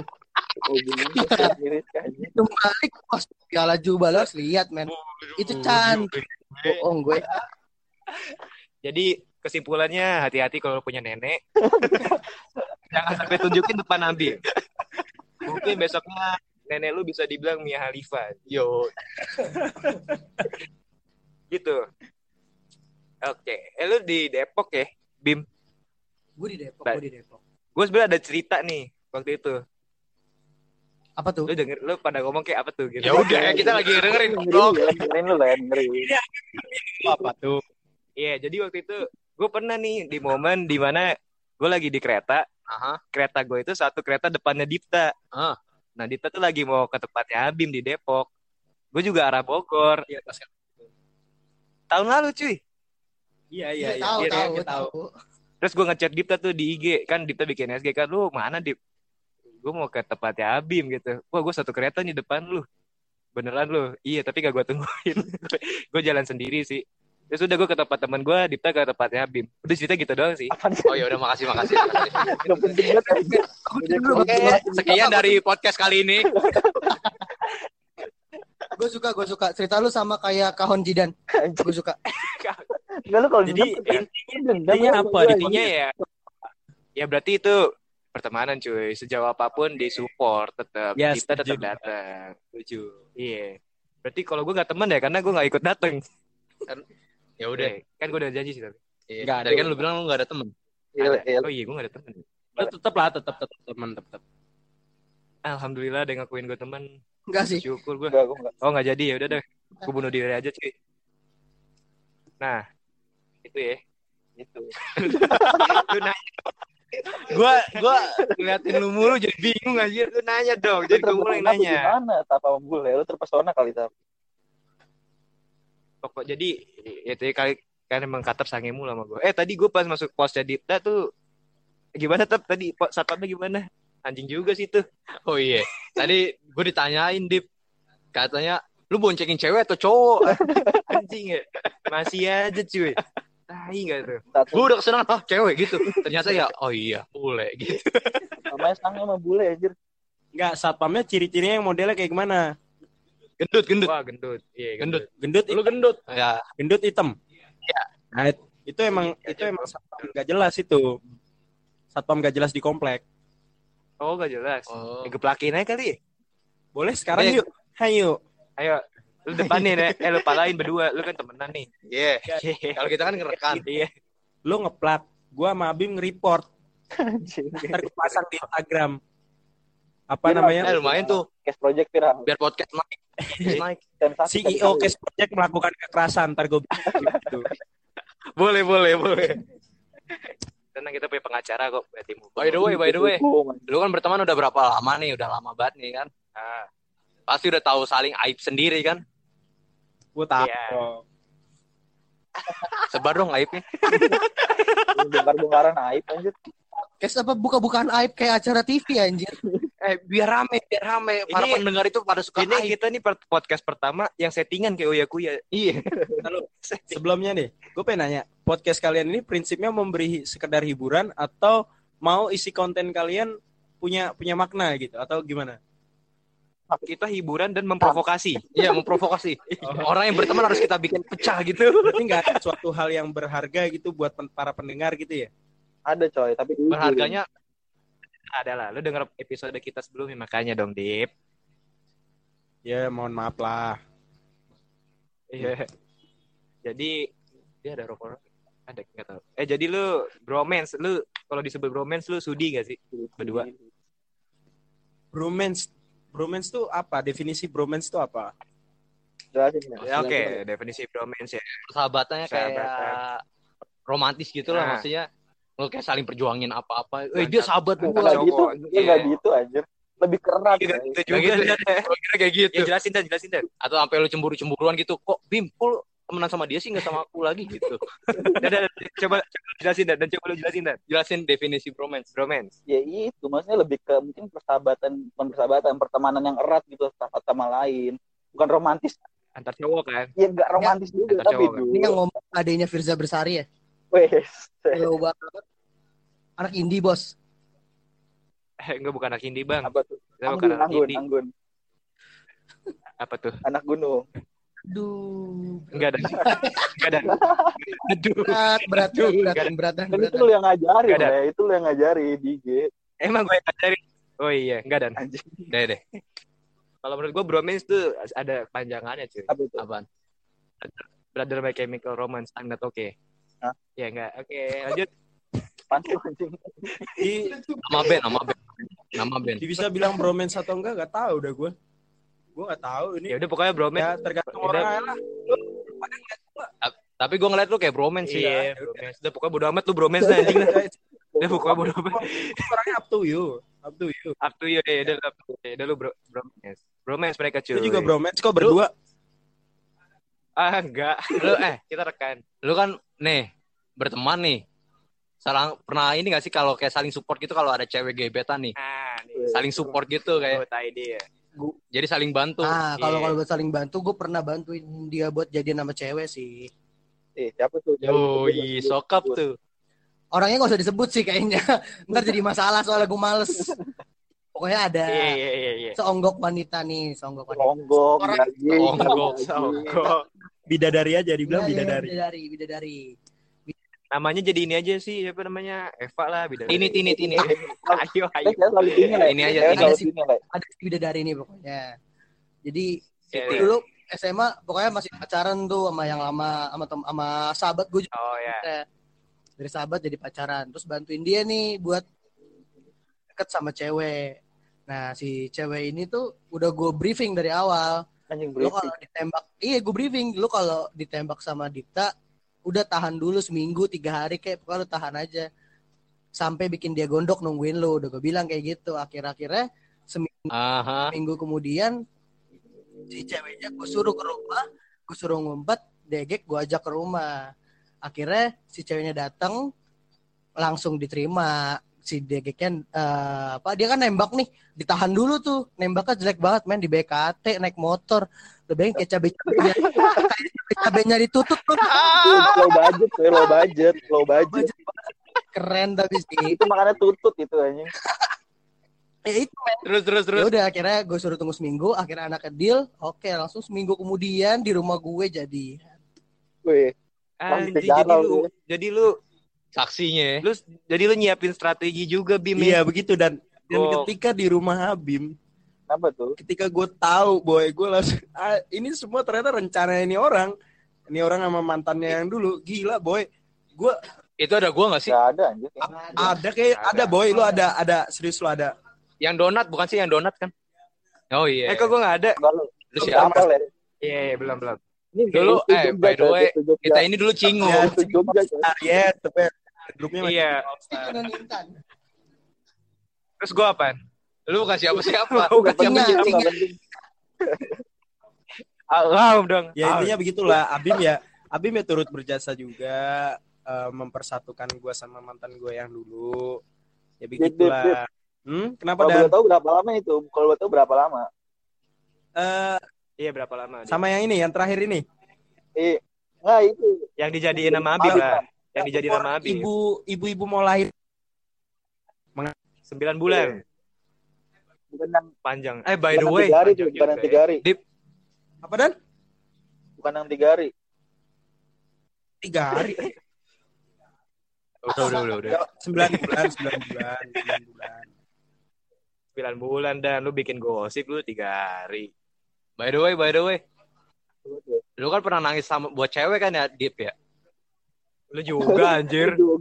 Itu balik pas piala juga harus lihat, men. Itu cantik. Bohong gue. Jadi kesimpulannya hati-hati kalau punya nenek. Jangan sampai tunjukin depan Nabi. Mungkin besoknya nenek lu bisa dibilang Mia Khalifa. Yo. Gitu. Oke. Lu di Depok ya, Bim? Gue di Depok. Gue sebenarnya ada cerita nih waktu itu. Apa tuh? Lu pada ngomong kayak apa tuh gitu. Ya udah, kita lagi dengerin. Dengerin lu lah, dengerin. Apa tuh? Iya, jadi waktu itu gue pernah nih di momen dimana gue lagi di kereta. Kereta gue itu satu kereta depannya Dipta. Nah, Dipta tuh lagi mau ke tempatnya Abim di Depok. Gue juga arah Bogor. Iya, pas Tahun lalu cuy. Iya. Tahu. Tahu. Terus gue ngechat Dipta tuh di IG, kan Dipta bikin SG kan, lu mana Dip? Gue mau ke tempatnya Abim gitu. Wah gue satu kereta nih depan lu. Beneran lu? Iya tapi gak gue tungguin. Gue jalan sendiri sih. Terus udah gue ke tempat teman gue, Dipta ke tempatnya Abim. Udah cerita gitu doang sih. Oh ya udah makasih. Oke, sekian dari podcast kali ini. Gue suka cerita lu sama kayak Kahon Jidan. Gue suka. Enggak lu kalau Jadi intinya apa? Intinya ya berarti itu pertemanan cuy. Sejauh apapun disupport tetap. Ya, Kita tetap datang. Iya. Berarti kalau gue nggak temen ya karena gue nggak ikut datang. Ya udah. Kan gue udah janji sih tapi. Iya. Nggak ada. Tadi kan lu bilang lu nggak ada temen. Oh iya gue nggak ada temen. Tetap teman tetap. Alhamdulillah ada yang ngakuin gue teman. Enggak sih. Syukur gue. Enggak. Oh nggak jadi ya udah deh. Gue bunuh diri aja cuy. Nah itu ya. Itu. Lu nanya. Gua ngeliatin lu mulu jadi bingung aja. Lu nanya dong. Jadi gue mulai nanya. Gimana Tapa bule? Lu terpesona kali Tap. Pokok jadi itu ya, kali kan emang katap sangemu sama gue. Tadi gue pas masuk posnya Dipta tuh gimana tadi satpamnya gimana? Anjing juga sih tuh. Oh iya. Tadi gue ditanyain Dip. Katanya lu boncengin cewek atau cowok? Anjing ya. Masih aja cuy. Tai enggak tuh. Gue udah kesenangan cewek gitu. Ternyata ya oh iya bule gitu. Namanya sange sama bule anjir. Enggak, satpamnya ciri-cirinya yang modelnya kayak gimana? Gendut. Wah gendut. Iya gendut. Gendut. Lu gendut. Ya. Gendut hitam. Iya. Nah, itu emang satpam enggak jelas itu. Satpam enggak jelas di komplek. Oh gak jelas. Oh. Geplakin aja kali. Boleh sekarang yuk. Ayo. Lu depanin ya. Lu palain berdua. Lu kan temenan nih. Iya. Kalau kita kan ngerekam. Iya. Lu ngeplak. Gua sama Abim nge-report. Anjing. Ntar gua pasang di Instagram. Apa Viral. namanya? Lumayan tuh. Cash project viral. Biar podcast naik. Sensasi CEO kali. Cash Project melakukan kekerasan. Ntar gue gitu. Boleh. Tenang kita punya pengacara kok. By the way. Hukum. Lu kan berteman udah berapa lama nih? Udah lama banget nih kan? Pasti udah tahu saling aib sendiri kan? Gue tahu. Iya. Sebar dong aibnya. Bongkar-bongkaran aib anjir. Kayak apa buka-bukaan aib kayak acara TV anjir. Biar rame. Para Ini- pendengar itu pada suka Ini aib. kita nih podcast pertama yang settingan kayak Uya Kuya. Iya. Lalu sebelumnya nih, gue pengen nanya, podcast kalian ini prinsipnya memberi sekedar hiburan atau mau isi konten kalian punya makna gitu atau gimana? Kita hiburan dan memprovokasi. Iya, memprovokasi. Orang yang berteman harus kita bikin pecah gitu. Berarti nggak ada suatu hal yang berharga gitu buat para pendengar gitu ya? Ada coy, tapi Berharganya Adalah, lu denger episode kita sebelumnya makanya dong, Dip. Ya mohon maaf lah. Iya. Jadi dia ada rokok. Ada enggak tahu. Jadi lu bromance, lu kalau disebut bromance lu sudi gak sih? Berdua. Bromance tuh apa? Definisi bromance tuh apa? jelasin Ya, Oke, definisi bromance ya. persahabatannya kayak Sahabatan. romantis gitu lah Nah. maksudnya. Lu kayak saling perjuangin apa-apa. Nah, Dia sahabat gua. Enggak gitu, cowok, enggak iya. gitu anjir. Lebih keras. Gitu coy. juga. Kira kayak gitu. Ya jelasin dan. Atau sampai lu cemburu-cemburuan gitu. Kok Bim, kok lu temenan sama dia sih nggak sama aku lagi gitu. Dan, coba jelasin dan coba lu jelasin dan. Jelasin definisi bromance. Bromance. Ya itu, maksudnya lebih ke mungkin bukan persahabatan, pertemanan yang erat gitu satu sama lain. Bukan romantis. Antar cowok kan. Ya enggak romantis juga, antar tapi cowok. dulu. Ini yang ngomong adanya Firza Bersari ya. Wes. Jauh banget. Anak indie, Bos. Enggak bukan anak indie, Bang. Apa tuh? Kita bukan anak indie. Anggun. Apa tuh? Anak gunung. Aduh. Enggak ada. Aduh. Berat. Kan itu lu yang ngajari, Nggak ada. ya. Itu lu yang ngajari di IG. Emang gue ngajarin. Oh iya, enggak dan. Anjing. Deh. Kalau menurut gue bromance tuh ada panjangannya cuy. Apa itu? Apaan? Brother My Chemical Romance, I'm not okay. Hah? Ya enggak. Oke, lanjut. Pantu anjing. Nama band. Bisa bilang bromance atau enggak tahu udah gue. Gue nggak tahu ini. Ya udah pokoknya bromance. Ya tergantung Udah. orang lah. Tapi gue ngeliat lu kayak bromance sih. Iya, bromance. Udah pokoknya bodo amat lu bromance lah anjing lah. Udah pokoknya bodo amat. Orangnya up to you. Up to you deh, udah lu bromance. Bromance mereka cuy. Itu juga bromance kok berdua. Enggak. Lu Kita rekan. lu kan nih berteman nih pernah ini gak sih kalau kayak saling support gitu kalau ada cewek gebetan nih. Saling support gitu kayak. Jadi saling bantu. Kalau buat saling bantu, gue pernah bantuin dia buat jadian sama cewek sih. Siapa tuh? Sokap tuh. Orangnya gak usah disebut sih kayaknya. Ntar jadi masalah soalnya gue males. Pokoknya ada seonggok wanita nih, seonggok. Bidadari aja dibilang bidadari. Namanya jadi ini aja sih, apa namanya? Eva lah, bidadari. Ini. Ayo. Ini aja. Ada bidadari ini pokoknya. Jadi dulu SMA pokoknya masih pacaran tuh sama yang lama sama sahabat gue juga. Oh ya. Dari sahabat jadi pacaran, terus bantuin dia nih buat deket sama cewek. Nah si cewek ini tuh udah gue briefing dari awal. Lu kalau ditembak, gue briefing. Lu kalau ditembak sama Dipta, udah tahan dulu seminggu 3 hari kayak pokoknya lu tahan aja sampai bikin dia gondok nungguin lu. Udah gue bilang kayak gitu. Akhirnya seminggu kemudian si ceweknya gue suruh ke rumah, gue suruh ngumpet, degek gue ajak ke rumah. Akhirnya si ceweknya datang, langsung diterima. Si degeknya dia kan nembak nih, ditahan dulu tuh. Nembaknya jelek banget men, di BKT naik motor. Lebih kayak cabai-cabainya ditutup tuh. Low budget. Keren tapi sih. Itu makanya tutut itu anjing. Itu men. Terus. Ya udah akhirnya gue suruh tunggu seminggu, akhirnya anaknya deal. Oke, langsung seminggu kemudian di rumah gue jadi. Jadi lu saksinya. Jadi lu nyiapin strategi juga, Bim. Iya, begitu dan ketika di rumah Abim, apa tuh? Ketika gue tahu boy, gue langsung ini semua ternyata rencana ini orang sama mantannya yang dulu. Gila boy. Itu ada gue nggak sih? Gak ada anjir. Ada kayak ada boy, lu ada serius lu ada. Yang donat bukan sih, yang donat kan? Oh iya. Kok gue nggak ada? Lu siapa? Iya, belum. Dulu by the way, kita ini dulu Cingu. Iya, tapi grupnya masih. Iya. Terus gue apaan? Lu bukan siapa-siapa. Dong. Ya intinya begitulah. Abim ya turut berjasa juga mempersatukan gue sama mantan gue yang dulu. Ya begitulah. Kenapa Dan? Kalau boleh tahu berapa lama itu? Kalau boleh tahu berapa lama? Iya berapa lama? Sama yang ini, yang terakhir ini. Nah itu. Yang dijadiin nama Abim lah. Yang dijadiin nama Abim. Ibu-ibu mau lahir 9 bulan. Bukan yang panjang. By the way, bukan yang 3 hari. Dip. Apa Dan? Bukan yang 3 hari. 3 hari. Udah. 9 bulan. 9 bulan dan lu bikin gosip lu 3 hari. By the way. Lu kan pernah nangis sama buat cewek kan ya, Dip ya? Lu juga anjir. Lu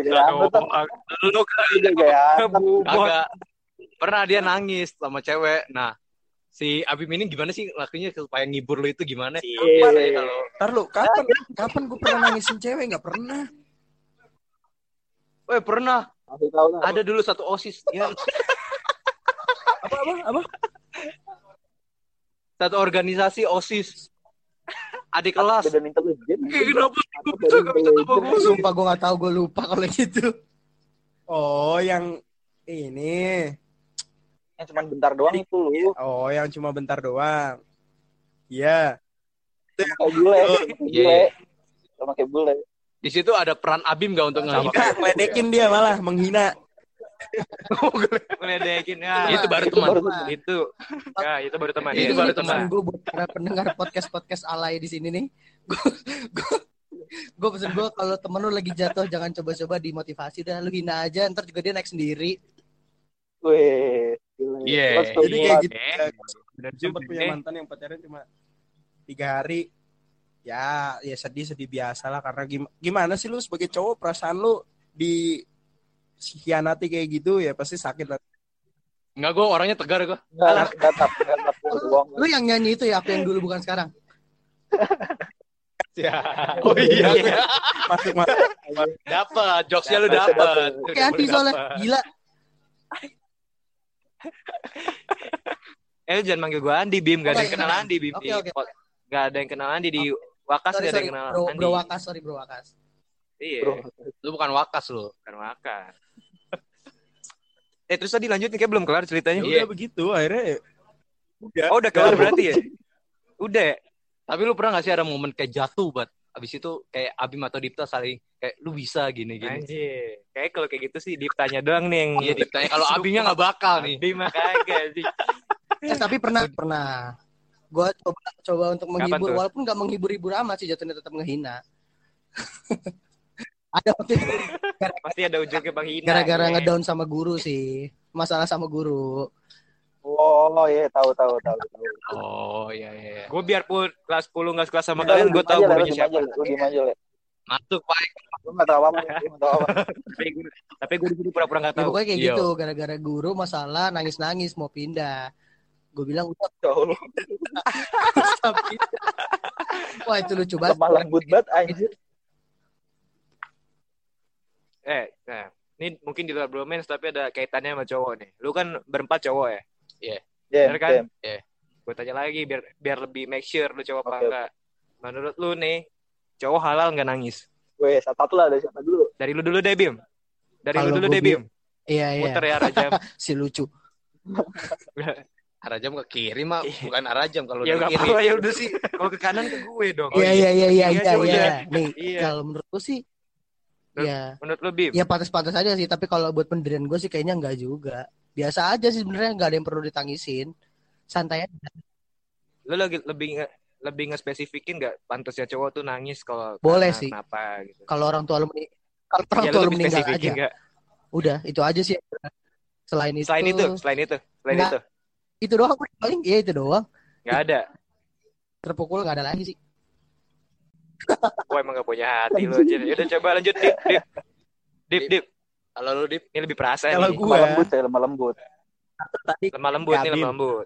agak pernah dia nangis sama cewek. Nah, si Abim ini gimana sih lakunya supaya ngibur lu itu gimana? Ntar lu, kapan gue pernah nangisin cewek? Nggak pernah. Pernah. Ada dulu satu OSIS. Ya. Apa? Satu organisasi OSIS. Adik kelas. Kenapa? Sumpah gue nggak tahu, gue lupa kalau gitu. Oh, yang ini. Yang cuma bentar doang itu lu. Oh, yang cuma bentar doang. Iya. Sama kayak bule. Di situ ada peran Abim gak untuk ngeledekin? Ngeledekin dia malah, menghina. Ngeledekin. Itu baru teman. Itu baru teman. Itu baru teman. Gue buat pendengar podcast alay di sini nih. Gue pesen gue kalau temen lu lagi jatuh jangan coba-coba dimotivasi, dah lu hina aja, ntar juga dia naik sendiri. Jadi kayak gitu. Sempat punya mantan yang pacaran cuma 3 hari. Ya sedih biasa lah, karena gimana sih lu sebagai cowok, perasaan lu dikhianati kayak gitu ya pasti sakit lah. Enggak, gue orangnya tegar gue. Lu yang nyanyi itu ya, aku yang dulu bukan sekarang. Ya. Oh iya. Masuk. Dapat, jokesnya lu dapat. Kayak anti soalnya, gila. Jangan manggil gue Andi, Bim. Gak ada yang kenal Andi, Bim. Okay. Gak ada yang kenal Andi di Wakas, gak ada yang kenal Andi. Bro Wakas. Iya. Lu bukan wakas lu. Bukan wakas. Terus tadi lanjut nih, kayak belum kelar ceritanya. Udah begitu akhirnya. Udah kelar berarti ya? Udah. Tapi lu pernah gak sih ada momen kayak jatuh buat abis itu kayak Abim atau Dipta saling kayak lu bisa gini-gini. Anjir. Kayak kalau kayak gitu sih Diptanya doang nih yang. Iya Diptanya, kalau Abimnya gak bakal nih. Abim mah kagak sih. Tapi pernah. Gue coba untuk menghibur, walaupun gak menghibur-hibur amat sih, jatuhnya tetap ngehina. Ada waktu itu. Pasti ada ujungnya Bang Hina. Gara-gara ngedown sama guru sih. Masalah sama guru. Oh iya, tahu. Oh iya. Gue biarpun kelas 10 gak sekelas sama kalian, gue tahu gurunya siapa. Lu gimana aja, Le? Masuk, Pak. Lu gak tahu apa-apa. Tapi gue dulu pura-pura gak tahu. Pokoknya kayak gitu, gara-gara guru masalah nangis-nangis mau pindah. Gue bilang udah. Wah itu lucu banget. Lemah lembut banget anjir. Nah, ini mungkin di luar bromance tapi ada kaitannya sama cowok nih. Lu kan berempat cowok ya? Iya. Bener kan? Iya. Gue tanya lagi biar lebih make sure lu cowok apa enggak. Menurut lu nih, cowok halal nggak nangis? Weh, satu lah, dari siapa dulu? Dari lu dulu deh, Bim. Iya. Muter ya Rajam. Si lucu. Arajam ke kiri mah bukan Arajam kalau ya ke kiri. Ya udah sih. Kalau ke kanan ke gue dong. Iya. Nih, kalau menurut gue sih menurut lu Bim? Ya pantas-pantas aja sih, tapi kalau buat pendirian gue sih kayaknya enggak juga. Biasa aja sih sebenarnya, enggak ada yang perlu ditangisin. Santai aja. Lu lagi lebih ngespesifikin enggak pantasnya cowok tuh nangis kalau boleh sih. Kenapa gitu. Kalau orang tua lu meninggal aja. Gak? Udah, itu aja sih. Selain itu. Itu doang paling, iya itu doang. Enggak ada. Terpukul enggak ada lagi sih. Gue emang gak punya hati lu aja. Udah coba lanjut Dip. Kalau lu Dip, ini lebih perasa kalau nih. Gue lemah lembut. Lemah lembut.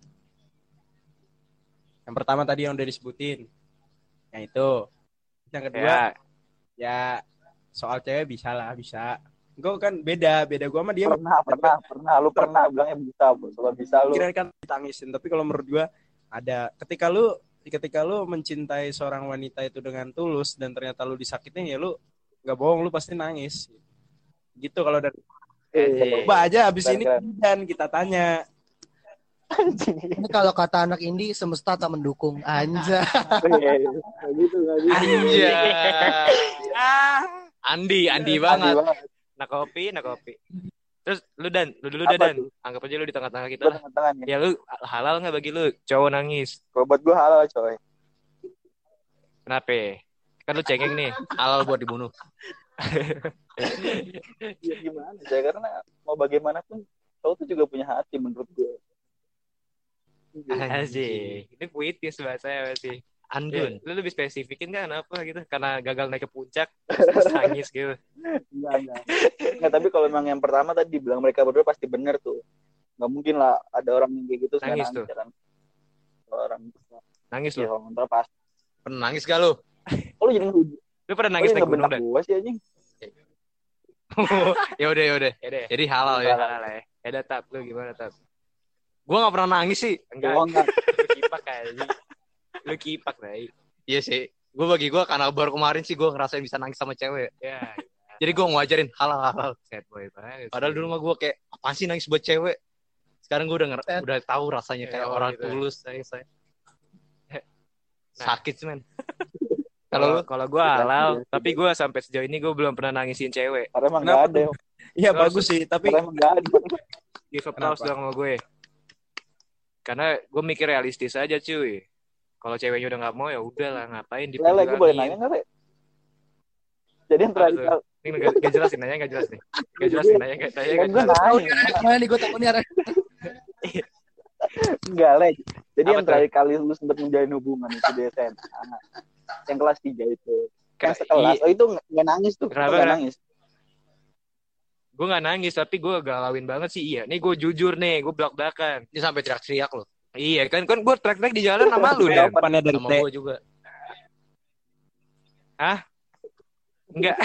Yang pertama tadi yang udah disebutin. Yang itu. Yang kedua ya soal cewek bisa. Gue kan beda gue sama dia. Pernah. Lu pernah bilangnya bisa, kalau bisa lu. Kira kan ditangisin, tapi kalau menurut gue ada ketika lu mencintai seorang wanita itu dengan tulus dan ternyata lu disakitin, ya lu nggak bohong, lu pasti nangis. Gitu kalau dari coba aja abis ini dan kita tanya. Ini kalau kata anak indie, semesta tak mendukung. Anjay. Gitu. Andi banget. Nak kopi. Terus lu dulu Dan. Anggap aja lu di tengah-tengah kita. Ya lu halal nggak bagi lu cowok nangis? Kalau buat gue halal coy. Kenapa? Kan lu cengeng nih. Halal buat dibunuh. Ya gimana coy, karena mau bagaimanapun cowok tuh juga punya hati menurut gue. Asik. Ini puitis bahasanya berarti. Andun. Lu lebih spesifikin kan apa gitu? Karena gagal naik ke puncak, terus nangis gitu. Enggak, tapi kalau memang yang pertama tadi dibilang mereka berdua pasti benar tuh. Enggak mungkin lah ada orang yang kayak gitu nangis tuh. Kan. Orang nangis lu. Ya, pasti. Pernah nangis gak lu? Lu jadi lu pernah nangis naik gunung Dan? Gua sih anjing. Ya udah. Jadi halal ya. Ya udah Tap, lu gimana Tap? Gua enggak pernah nangis sih. Enggak. Lu kipak kayaknya. Lu kipak, Bray. Iya sih. Bagi gue karena baru kemarin sih gue ngerasain bisa nangis sama cewek. Ya. Jadi gue ngajarin halal. Sad boy banget. Padahal dulu mah gue kayak apaan sih nangis buat cewek. Sekarang gue udah tahu rasanya kayak orang gitu. Tulus saya. Sakit sih men. Kalau gue halal, tapi gue sampai sejauh ini gue belum pernah nangisin cewek. Karena emang enggak ada. Iya bagus sih, tapi emang enggak ada. Give applause dong sama gue. Karena gue mikir realistis aja cuy. Kalau ceweknya udah nggak mau ya udah lah, ngapain diperjuangin. Lele, gue boleh nanya nggak, Le? Jadi yang terakhir ini nggak jelas nih, nanya nggak jelas nih. Nggak jelas nih, nanya nggak jelas. Gimana nih gue tahu nih arah. Enggak, Le. Jadi yang terakhir kali lu sempat menjalin hubungan itu di SMA. Yang kelas 3 itu. Yang sekelas. Oh itu nggak nangis tuh. Kenapa nggak nangis? Gue nggak nangis, tapi gue galauin banget sih. Iya, nih gue jujur nih, gue belak-belakan. Ini sampai teriak-teriak loh. Iya kan gue track di jalan sama lu Dan. Depannya dari sama gue juga. Enggak.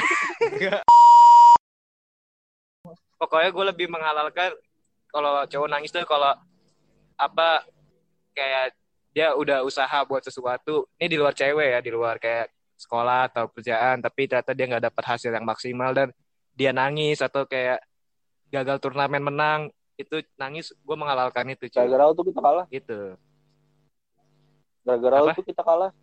Pokoknya gue lebih menghalalkan kalau cowok nangis tuh kalau kayak dia udah usaha buat sesuatu. Ini di luar cewek ya, di luar kayak sekolah atau kerjaan, tapi ternyata dia nggak dapat hasil yang maksimal dan dia nangis atau kayak gagal turnamen menang, itu nangis, gue menghalalkan itu. Gara-gara itu kita kalah. Gitu. Gara-gara itu kita kalah.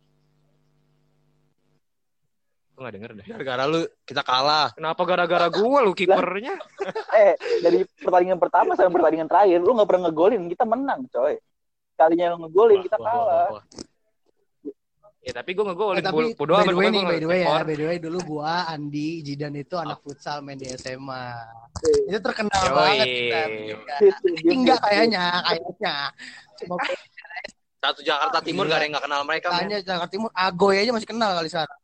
Gue gak denger deh. Gara-gara lu kita kalah. Kenapa gara-gara gue lu kipernya? Dari pertandingan pertama sampai pertandingan terakhir lu gak pernah ngegolin, kita menang coy. Kalinya lu ngegolin kita kalah. Ya tapi gue ngegolin. Tapi by the way dulu gue Andi Jidan itu anak futsal main di SMA. Itu terkenal banget kita. Enggak kayaknya. Cuma satu Jakarta Timur gak ada yang gak kenal mereka. Hanya Jakarta Timur, Agoy aja masih kenal kali sekarang.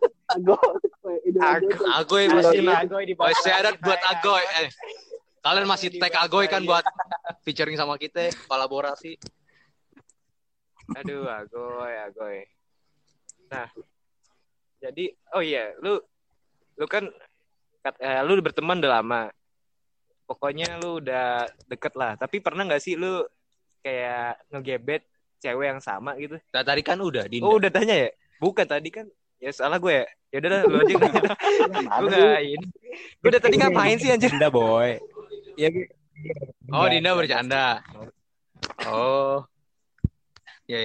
Agoy masih syarat buat Agoy. Kalian masih tag Agoy kan buat featuring sama kita, kolaborasi. Aduh, Agoy. Nah, jadi lu kan lu berteman udah lama. Pokoknya lu udah deket lah. Tapi pernah nggak sih lu kayak ngegebet cewek yang sama gitu? Nah, tadi kan udah Dinda. Oh, udah tanya ya? Bukan tadi kan. Ya salah gue ya. Ya udah lu aja. Gue enggak ini. Gue udah tadi ngapain sih anjir? Dinda boy. Ya, oh, Dinda bercanda. Oh. Ya.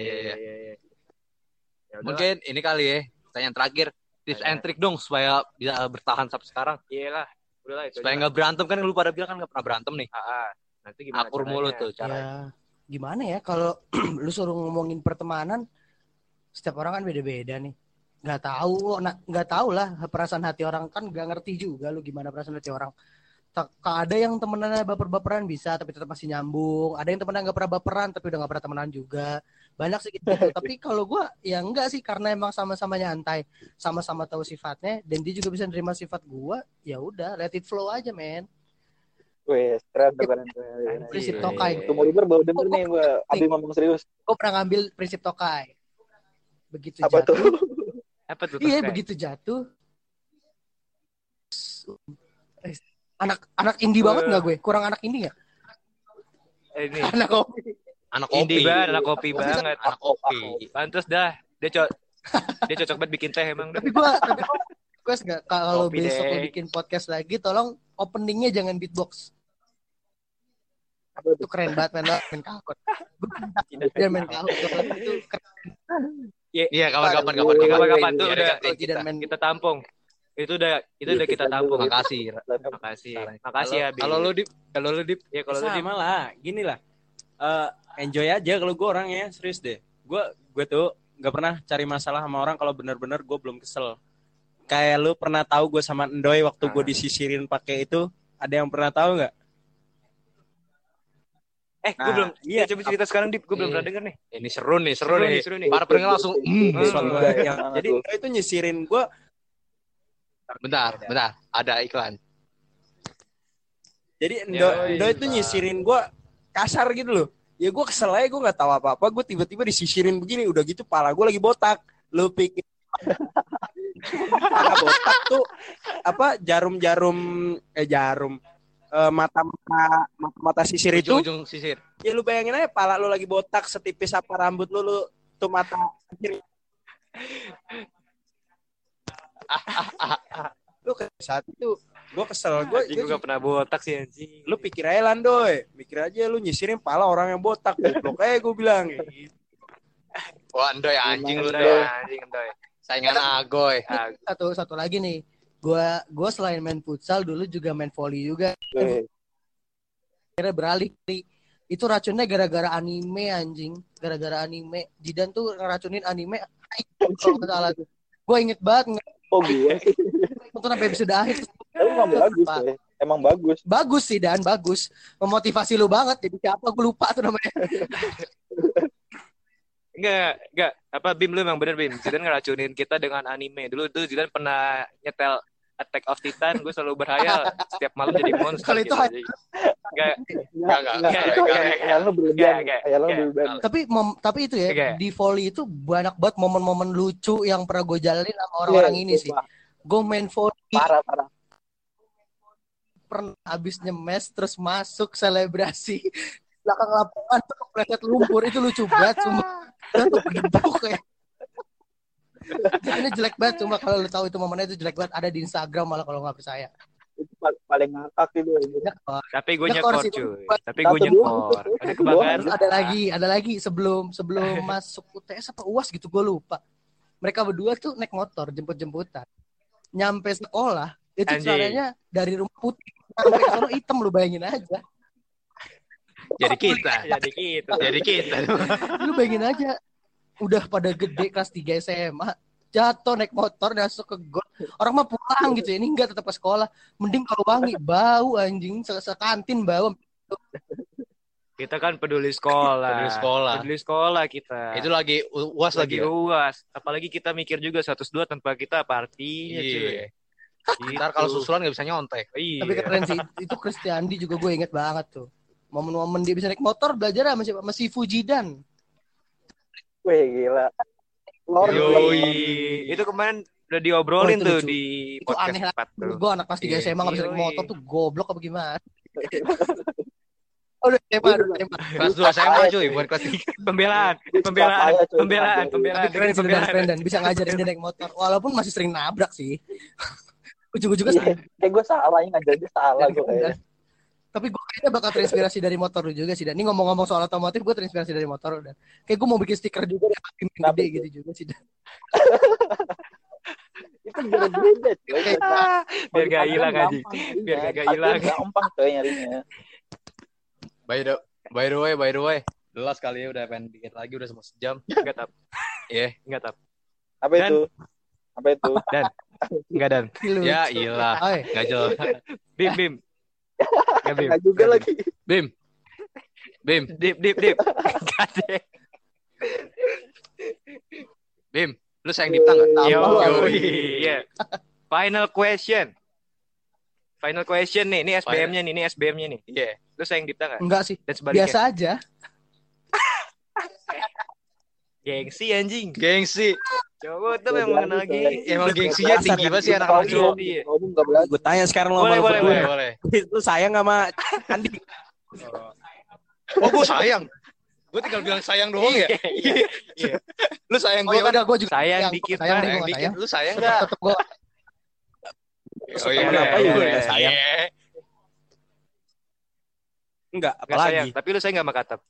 Mungkin ini kali ya, pertanyaan terakhir, tips and trick dong supaya bisa bertahan sampai sekarang. Iyalah, udahlah itu. Supaya nggak berantem, kan lu pada bilang kan nggak pernah berantem nih. Nanti gimana? Akur mulu tuh caranya. Ya, gimana ya kalau lu suruh ngomongin pertemanan, setiap orang kan beda-beda nih. Nggak tahu lah perasaan hati orang, kan nggak ngerti juga lu gimana perasaan hati orang. Ada yang temenannya baper-baperan bisa tapi tetap masih nyambung, ada yang temenannya nggak pernah baperan tapi udah nggak pernah temenan juga, banyak sih gitu. Tapi kalau gue ya enggak sih, karena emang sama-sama nyantai, sama-sama tahu sifatnya dan dia juga bisa nerima sifat gue, ya udah let it flow aja men. Wes keren. Prinsip Tokai. Tunggu liber baru denger nih gue abis ngomong serius. Gue pernah ngambil prinsip Tokai. Begitu apa jatuh. Apa tuh? Iya, begitu jatuh. Anak indie banget nggak gue? Kurang anak indie nggak? Ini. Anak kopi. Anak kopi banget. Anak kopi. Pantes dah. Dia cocok banget bikin teh emang. Tapi gue request nggak kalau besok lo bikin podcast lagi, tolong openingnya jangan beatbox. Itu keren banget main kakot. Dia main kakot itu keren. Iya, kapan-kapan tuh udah kita tampung. Itu udah kita tampung. Makasih ya. Kalau lu Dip, ya kalau lu sama lah, gini lah. Enjoy aja kalau gue orangnya, serius deh. Gue tuh nggak pernah cari masalah sama orang kalau benar-benar gue belum kesel. Kayak lu pernah tahu gue sama Endoy waktu gue disisirin pakai itu, ada yang pernah tahu nggak? Gue belum. Iya, coba cerita sekarang Dip, gue belum pernah denger nih. Ini seru nih. Para pendengar langsung. Jadi itu nyisirin gue. Bentar, ada iklan. Jadi Endo itu nyisirin gue kasar gitu loh. Ya gue kesel aja, gue nggak tahu apa-apa. Gue tiba-tiba disisirin begini, udah gitu pala gue lagi botak. Lu pikir pala botak tuh apa? Jarum mata sisir itu. Ujung sisir. Ya lu bayangin aja pala lu lagi botak setipis apa rambut lu tuh mata sisir. Lu saat itu gue kesel, gue gak pernah botak sih anjing. Lu pikir aja Landoy, mikir aja lu nyisirin pala orang yang botak, goblok aja gue bilang. Wah Andoy anjing lu anjing Andoy. Saingan Agoy. Satu lagi nih, gue selain main futsal dulu juga main volley juga. Akhirnya beralih itu racunnya gara-gara anime anjing, gara-gara anime. Jidan tuh ngeracunin anime. Kalau nggak salah tuh, gue inget banget. Oh gue nonton sampai episode akhir. Emang bagus ya. Emang bagus. Bagus sih Dan, bagus. Memotivasi lu banget. Jadi siapa gue lupa tuh namanya. Enggak. Apa Bim, lu emang bener Bim. Zidan ngeracunin kita dengan anime. Dulu tuh Zidan pernah nyetel Attack of Titan, gue selalu berhayal setiap malam jadi monster. Kalau itu enggak. Tapi itu ya, di volley itu banyak banget momen-momen lucu yang pernah gue jalanin sama orang-orang ini sih. Gue main volley. Parah. Pernah habis nyemes terus masuk selebrasi belakang lapangan tuh kepleset lumpur, itu lucu banget semua. Itu berdebuk ya. Ini jelek banget, cuma kalau lu tahu itu momennya itu jelek banget, ada di Instagram malah kalau nggak percaya. Itu paling ngakak itu. Tapi gue nyekor cuy. Tapi gue nyekor. Ada kebanggaan. Ada lagi sebelum masuk UTS apa UAS gitu gue lupa. Mereka berdua tuh naik motor jemput-jemputan. Nyampe sekolah itu caranya dari rumah putih sampai ke sana hitam, lu bayangin aja. Jadi kita. Lu bayangin aja. Udah pada gede kelas 3 SMA, jatuh naik motor masuk ke got. Orang mah pulang gitu ya. Ini enggak, tetap ke sekolah. Mending kalau wangi, bau anjing, sekantin bau. Kita kan peduli sekolah kita. Itu lagi UAS lagi. UAS. Apalagi kita mikir juga 102 tanpa kita partinya cuy. Ntar kalau susulan nggak bisa nyontek. Iya. Tapi keren sih. Itu Kristiandi juga gue inget banget tuh. Momen-momen dia bisa naik motor, belajar sama si Fujidan. Wih gila. Itu kemarin udah diobrolin tuh di podcast 4 tuh. Gue anak kelas 3 SMA nggak bisa naik motor tuh goblok apa gimana? Udah tema. Kelas 2 SMA cuy, bukan kelas 3. Pembelaan. Keren dan bisa ngajarin dia naik motor. Walaupun masih sering nabrak sih. Ujung-ujungnya kayak gue salah, ngajarin salah gue kayaknya. Tapi gue kayaknya bakal terinspirasi dari motor lu juga sih. Dan ini ngomong-ngomong soal otomotif, gue terinspirasi dari motor dan kayak gue mau bikin stiker juga yang gede gitu juga sih. Itu beda cuy. Biar gak hilang aja. Biar gak hilang. Gampang coy nyarinya. By the way. Jelas kali ya, udah pengen dikit lagi, udah mau sejam. Enggak tap. Enggak tap. Apa itu? Dan. Enggak dan. Ya iyalah. Enggak jelas. Bim. Enggak juga lagi. Bim. Dip. Gade. Bim, lu sayang Dipta enggak? Iya. Final question nih. Ini SBM-nya nih. Iya. Lu sayang Dipta enggak? Enggak sih. Biasa aja. Gengsi anjing. Coba tuh yang mengenal gengsi. Emang gengsinya tinggi banget sih anak-anak cowok. Gue tanya sekarang lo boleh. Lu sayang sama Andi? Oh, gue sayang. Gue tinggal bilang sayang doang ya. Iya. Lu sayang gue kan? Gue juga sayang dikit. Lu sayang enggak? Tetep gue. Oh iya. Kenapa ya sayang? Enggak, apalagi. Tapi lu sayang enggak sama Katap?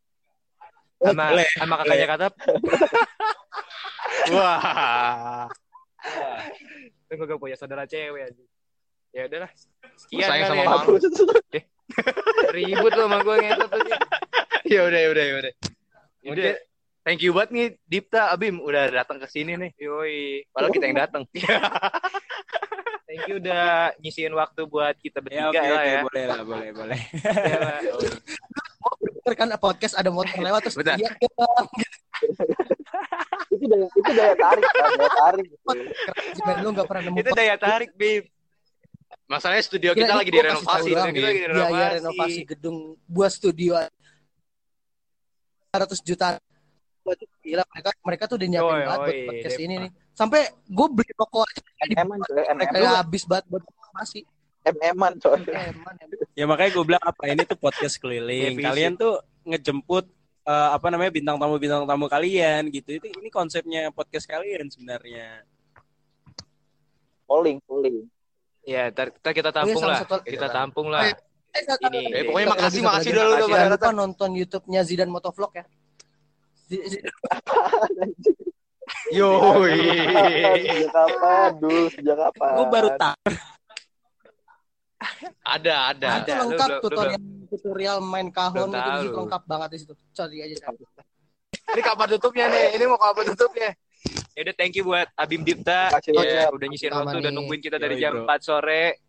Sama kakaknya Katap? Wah. Gue gak punya saudara cewek aja. Ya udahlah. Sekian sayang sama kamu. Ribut lu sama gue ngetot aja. Ya udah. Mungkin thank you banget nih Dipta, Abim udah datang ke sini nih. Yoi. Padahal kita yang datang. Thank you udah nyisiin waktu buat kita bertiga ya. Boleh. Kan podcast ada motor lewat terus iya. Itu daya tarik kan, Lu enggak pernah nemu. Itu daya tarik, Bim. Masalahnya studio kita lagi direnovasi. Renovasi gedung buat studio 100 juta. Gila, mereka tuh udah nyiapin banget buat podcast ini nih. Sampai gue beli rokok aja mereka habis banget buat renovasi. MM-an coy. Ya makanya gue bilang apa ini tuh podcast keliling. Kalian tuh ngejemput bintang tamu kalian gitu. Ini konsepnya podcast kalian sebenarnya. Polling. Ya, kita tampung lah. Kita tampung lah. Ini. Pokoknya makasih dulu. Jangan lupa nonton YouTube-nya Zidan Motovlog ya. Yoi. Sejak kapan? Gue baru tahu. Ada. Lengkap tutorial main kahon itu lengkap banget di situ. Cari aja. Ini kapan tutupnya nih? Ini mau kapan tutupnya? Ya udah, thank you buat Abim Dipta. Udah nyisiin waktu dan nungguin kita dari jam 4 sore.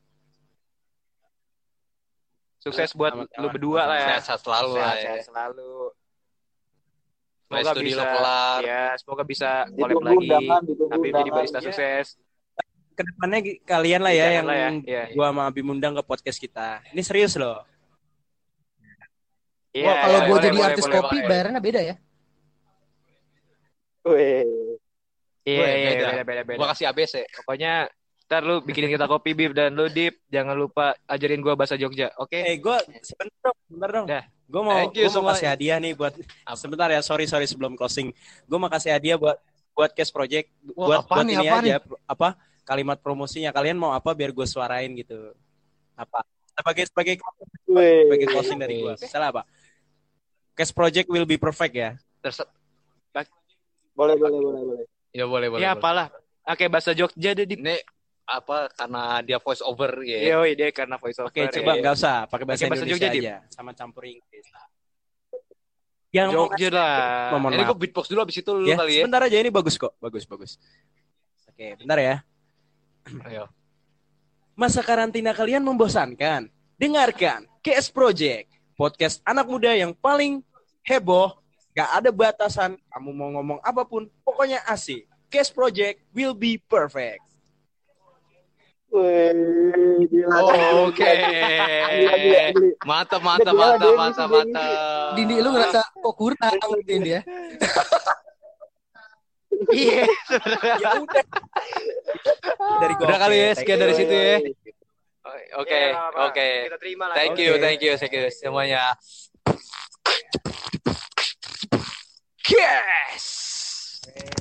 Sukses buat lu berdua lah ya. Sehat selalu. Semoga bisa kelar. Ya, semoga bisa collab lagi. Abim jadi barista sukses. Kedepannya kalian lah ya yang gua sama Abim undang ke podcast kita. Ini serius loh. Wah, kalau gua jadi artis kopi bayarannya beda ya. Beda. Gua kasih ABC. Pokoknya ntar lu bikinin kita kopi, Bib, dan lu Dip jangan lupa ajarin gua bahasa Jogja. Oke? Gua sebentar dong. Gua mau kasih hadiah nih buat sebentar ya. Sorry sebelum closing. Gua mau kasih hadiah buat buat Cash Project. Buat ini aja apa kalimat promosinya kalian mau apa biar gue suarain gitu. Apa? Sebagai closing dari gue. Salah apa? Cash Project will be perfect ya. Boleh. Ya boleh. Ya apalah. Oke, bahasa Jogja deh di apa karena dia voice over ya. Iya, dia karena voice over. Oke, coba enggak usah pakai bahasa Indonesia Jogja aja sama campur Inggris. Yang Jogja lah. Ini gue beatbox dulu abis itu lu ya, kali ya. Sebentar aja ini bagus kok. Bagus. Oke, bentar ya. Ayo. Masa karantina kalian membosankan? Dengarkan KS Project, podcast anak muda yang paling heboh, gak ada batasan, kamu mau ngomong apapun, pokoknya asik. KS Project will be perfect. Oke. Mantap. Dini lu ngerasa kok kurang Dini ya? Iya. Ya udah. Udah kali ya, sekian dari situ ya. Oke. Kita terima lah. Thank you semuanya. Yes.